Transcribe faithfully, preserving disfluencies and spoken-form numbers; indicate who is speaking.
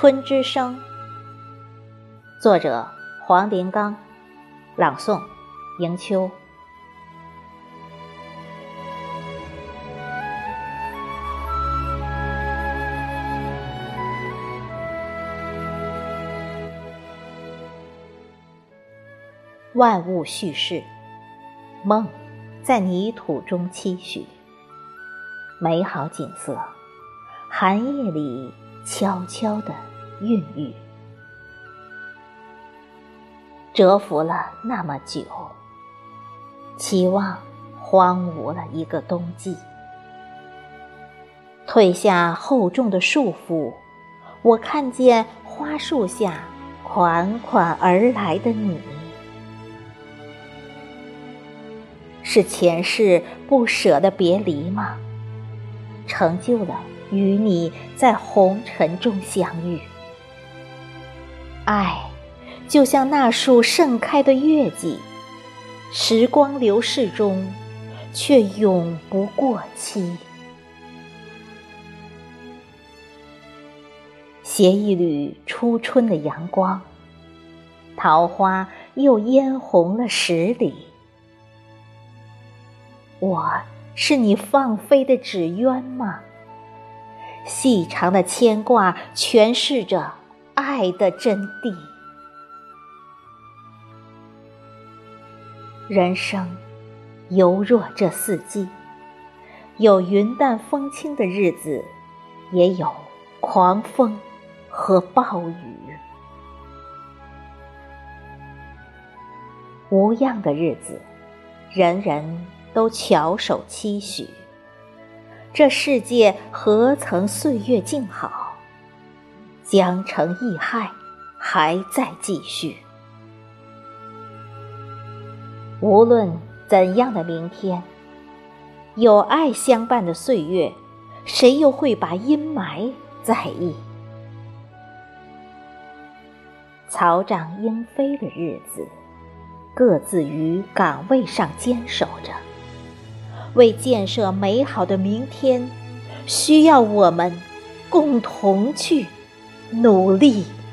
Speaker 1: 春之声，作者黄林刚，朗诵迎秋。万物蓄势，梦在泥土中期许，美好景色寒夜里悄悄地孕育。蛰伏了那么久，期望荒芜了一个冬季。褪下厚重的束缚，我看见花树下款款而来的你。是前世不舍的别离吗？成就了与你在红尘中相遇。爱就像那束盛开的月季，时光流逝中却永不过期。携一缕初春的阳光，桃花又嫣红了十里。我是你放飞的纸鸢吗？细长的牵挂诠释着爱的真谛。人生犹若这四季，有云淡风轻的日子，也有狂风和暴雨。无恙的日子，人人都翘首期许，这世界何曾岁月静好，江城易害还在继续。无论怎样的明天，有爱相伴的岁月，谁又会把阴霾在意？草长莺飞的日子，各自于岗位上坚守着，为建设美好的明天，需要我们共同去努力。